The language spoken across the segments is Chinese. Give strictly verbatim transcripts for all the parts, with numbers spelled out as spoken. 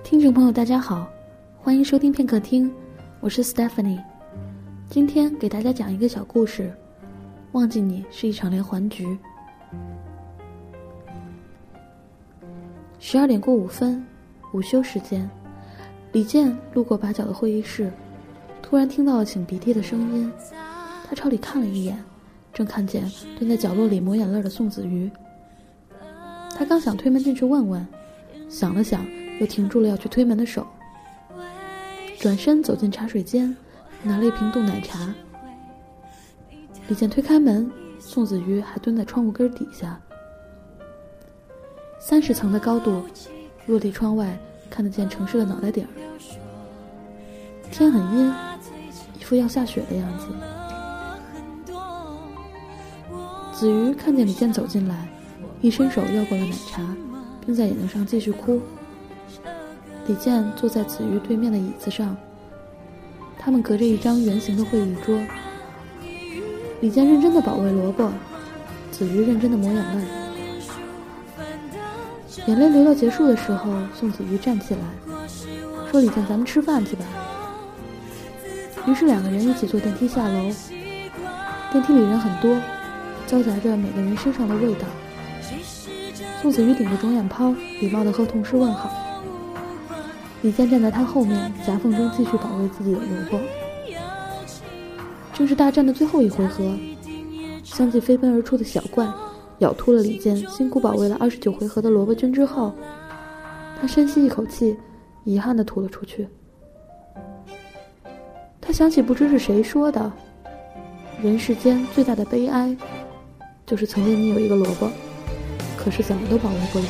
听众朋友大家好，欢迎收听片刻听，我是 Stephanie。 今天给大家讲一个小故事，忘记你是一场连环局。十二点过五分，午休时间，李健路过把角的会议室，突然听到了擤鼻涕的声音。他朝里看了一眼，正看见蹲在角落里抹眼泪的宋子瑜。他刚想推门进去问问，想了想又停住了要去推门的手，转身走进茶水间，拿了一瓶冻奶茶。李健推开门，宋子瑜还蹲在窗户根底下。三十层的高度，落地窗外看得见城市的脑袋顶儿。天很阴，一副要下雪的样子。子瑜看见李健走进来，一伸手要过了奶茶，并在眼睛上继续哭。李健坐在子瑜对面的椅子上，他们隔着一张圆形的会议桌。李健认真地保卫萝卜，子瑜认真地抹眼泪。眼泪流到结束的时候，宋子瑜站起来说：“李健，咱们吃饭去吧。”于是两个人一起坐电梯下楼。电梯里人很多，交杂着每个人身上的味道。宋子瑜顶着肿眼泡，礼貌地和同事问好。李健站在他后面，夹缝中继续保卫自己的萝卜。正是大战的最后一回合，相继飞奔而出的小怪咬秃了李健辛苦保卫了二十九回合的萝卜君之后，他深吸一口气，遗憾地吐了出去。他想起不知是谁说的，人世间最大的悲哀，就是曾经你有一个萝卜，可是怎么都保卫不了。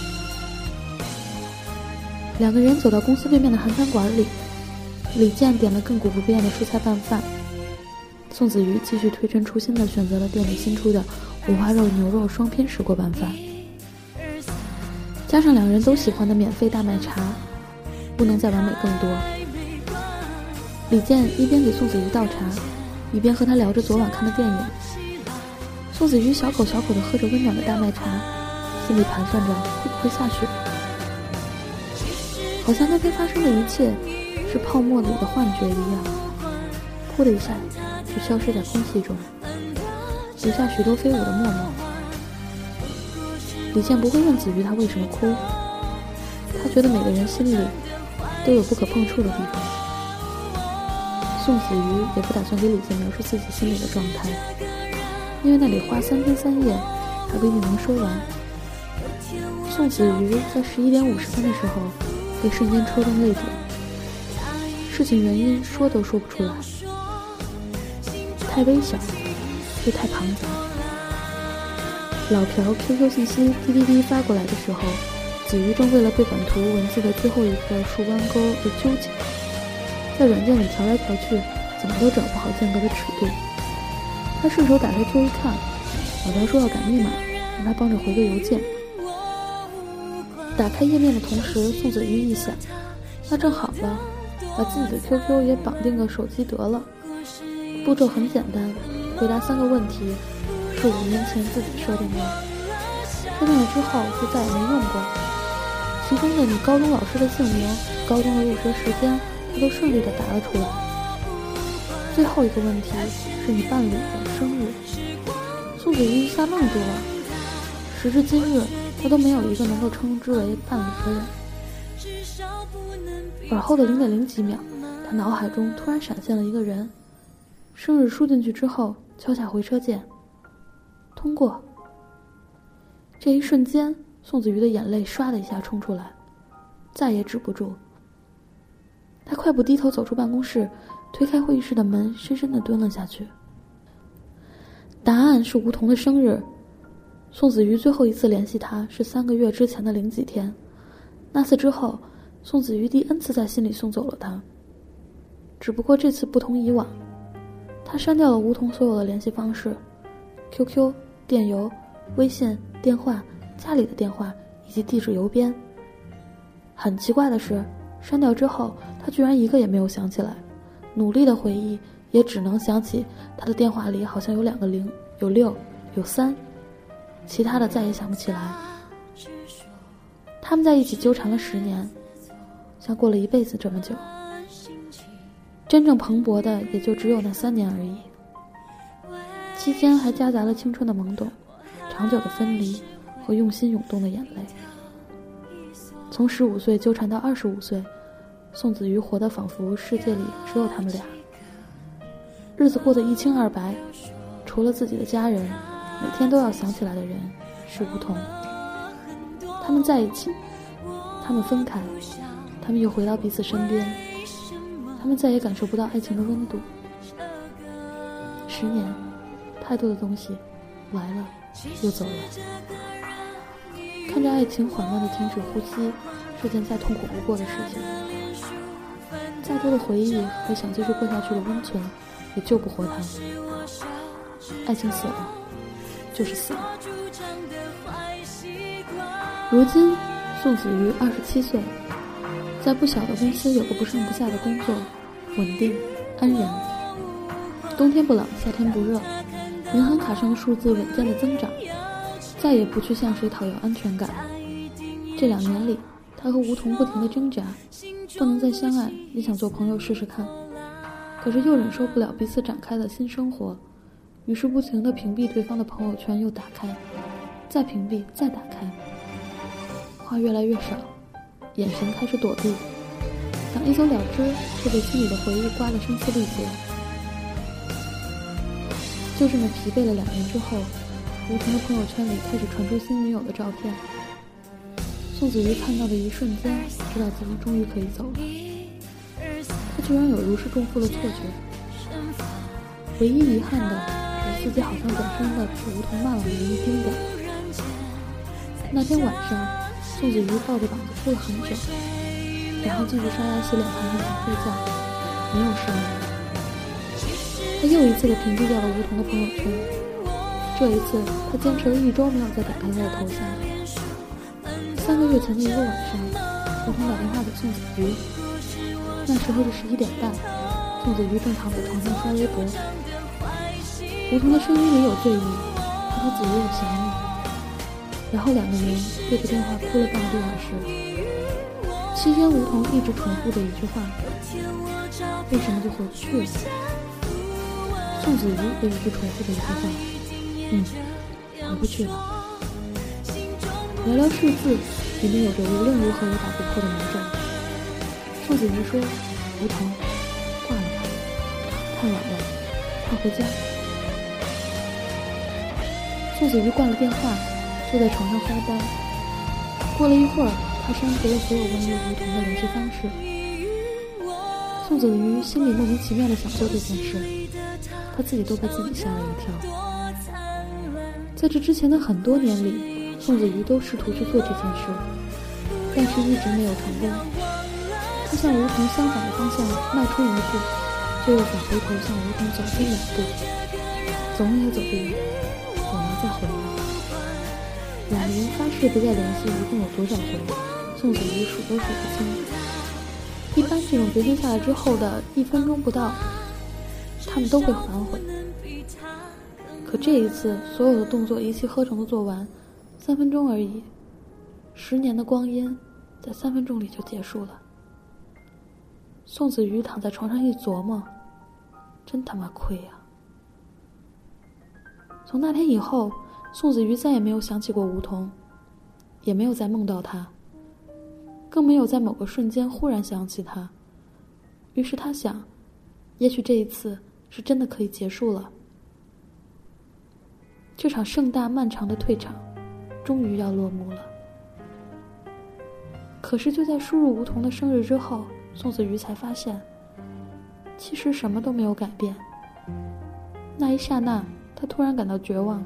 两个人走到公司对面的韩餐馆里，李健点了亘古不变的蔬菜拌饭，宋子瑜继续推陈出新地选择了店里新出的五花肉牛肉双拼石锅拌饭，加上两人都喜欢的免费大麦茶，不能再完美更多。李健一边给宋子瑜倒茶，一边和他聊着昨晚看的电影。宋子瑜小口小口地喝着温暖的大麦茶，心里盘算着会不会下雪，好像那天发生的一切是泡沫里的幻觉一样，噗的一下就消失在空气中，留下许多飞舞的沫沫。李健不会问子瑜他为什么哭，他觉得每个人心里都有不可碰触的地方。宋子瑜也不打算给李健描述自己心里的状态，因为那里花三天三夜还不一定能说完。宋子瑜在十一点五十分的时候被瞬间戳中泪点，事情原因说都说不出来，太微小又太庞杂。老朴 Q Q 信息滴滴滴发过来的时候，子瑜正为了对本图文字的最后一个竖弯钩而纠结，在软件里调来调去，怎么都找不好间隔的尺度。他顺手打开 Q 一看，老朴说要改密码，让他帮着回个邮件。打开页面的同时，宋子瑜一想，那正好了，把自己的 Q Q 也绑定个手机得了。步骤很简单，回答三个问题，是五年前自己设定的，设定了之后就再也没用过。其中的你高中老师的姓名、高中的入学时间，他都顺利地答了出来。最后一个问题是你伴侣的生日。宋子瑜一下愣住了，时至今日他都没有一个能够称之为伴侣的人。而后的零点零几秒，他脑海中突然闪现了一个人，生日输进去之后敲下回车键，通过。这一瞬间，宋子瑜的眼泪唰的一下冲出来，再也止不住。他快步低头走出办公室，推开会议室的门，深深地蹲了下去。答案是吴桐的生日。宋子瑜最后一次联系他是三个月之前的零几天，那次之后，宋子瑜第 N 次在心里送走了他。只不过这次不同以往，他删掉了吴桐所有的联系方式， Q Q、电邮、微信、电话、家里的电话以及地址邮编。很奇怪的是，删掉之后他居然一个也没有想起来，努力的回忆也只能想起他的电话里好像有两个零，有六，有三，其他的再也想不起来。他们在一起纠缠了十年， 像过了一辈子这么久，真正蓬勃的也就只有那三年而已。期间还夹杂了青春的懵懂，长久的分离和用心涌动的眼泪。从十五岁纠缠到二十五岁，宋子瑜活得仿佛世界里只有他们俩，日子过得一清二白，除了自己的家人，每天都要想起来的人是吴桐。他们在一起，他们分开，他们又回到彼此身边，他们再也感受不到爱情的温度。十年，太多的东西来了又走了。看着爱情缓慢地停止呼吸，是件再痛苦不过的事情。再多的回忆和想继续过下去的温存，也救不活它。爱情死了，就是死了。如今，宋子瑜二十七岁，在不小的公司有个不上不下的工作，稳定安然。冬天不冷，夏天不热，银行卡上的数字稳健的增长，再也不去向谁讨要安全感。这两年里，他和吴桐不停地挣扎，不能再相爱，也想做朋友试试看，可是又忍受不了彼此展开的新生活，于是不停地屏蔽对方的朋友圈，又打开，再屏蔽，再打开。话越来越少，眼神开始躲避，想一走了之，却被心里的回忆刮得声嘶力竭。就这么疲惫了两年之后，吴桐的朋友圈里开始传出新女友的照片。宋子瑜看到的一瞬间，知道自己终于可以走了。他居然有如释重负的错觉。唯一遗憾的是自己好像本身的比吴桐慢了一丁点。那天晚上，宋子瑜抱着膀子哭了很久，然后继续刷牙洗脸盘上想睡觉，没有声音。他又一次的屏蔽掉了吴桐的朋友圈，这一次他坚持了一周没有再点开他的头像。三个月前的一个晚上，吴桐打电话给宋子瑜，那时候是十一点半，宋子瑜正躺在床上刷微博。吴桐的声音里有醉意，他说子瑜我想你。然后两个人对着电话哭了半个多小时。期间吴桐一直重复的一句话，为什么就回不去了？宋子瑜也一直重复的一句话，嗯，回不去了。聊聊数字，里面有着无论如何也打不破的魔咒。宋子瑜说，吴桐，挂了吧，太晚了，快回家。宋子瑜挂了电话，坐在床上发呆。过了一会儿，他删除了所有关于吴桐的联系方式。宋子瑜心里莫名其妙地想做这件事，他自己都被自己吓了一跳。在这之前的很多年里，宋子瑜都试图去做这件事，但是一直没有成功。他向吴桐相反的方向迈出一步，就又返回头向吴桐走出两步，总也走不远，总要再回来。两人发誓不再联系，一共有多少回，宋子瑜数都数不清。一般这种决定下来之后的一分钟不到，他们都会反悔。可这一次，所有的动作一气呵成的做完，三分钟而已，十年的光阴在三分钟里就结束了。宋子瑜躺在床上一琢磨，真他妈亏啊！从那天以后，宋子瑜再也没有想起过吴桐，也没有再梦到他，更没有在某个瞬间忽然想起他。于是他想，也许这一次是真的可以结束了。这场盛大漫长的退场终于要落幕了。可是就在输入吴桐的生日之后，宋子瑜才发现，其实什么都没有改变。那一刹那，他突然感到绝望。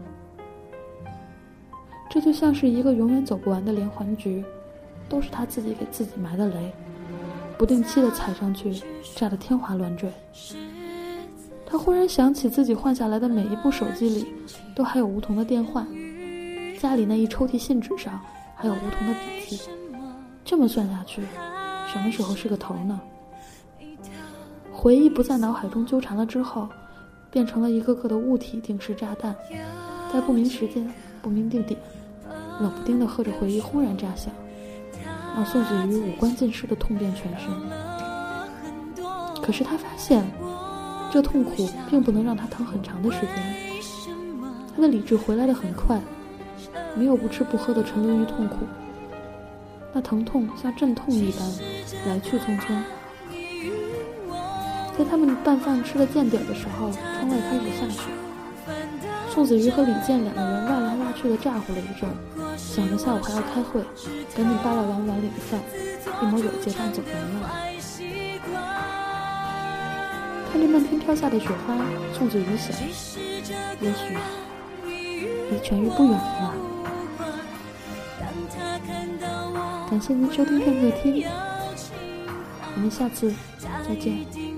这就像是一个永远走不完的连环局，都是他自己给自己埋的雷，不定期的踩上去，炸得天花乱坠。他忽然想起自己换下来的每一部手机里都还有吴桐的电话，家里那一抽屉信纸上还有吴桐的笔记。这么算下去，什么时候是个头呢？回忆不在脑海中纠缠了之后，变成了一个个的物体定时炸弹，在不明时间不明地点，冷不丁的和着回忆轰然炸响。 让宋子瑜五官尽失的痛遍全身。可是他发现，这痛苦并不能让他疼很长的时间。他的理智回来得很快，没有不吃不喝的沉沦于痛苦。那疼痛像阵痛一般来去匆匆。在他们拌饭吃了见底的时候，窗外开始下雪。宋子瑜和李健两个人绕来绕去的咋呼了一阵，想着下午还要开会，赶紧扒拉完碗里的饭，一抹有结账走人了。看着漫天飘下的雪花，宋子瑜想，也许离痊愈不远了。感谢您收听片刻听，我们下次再见。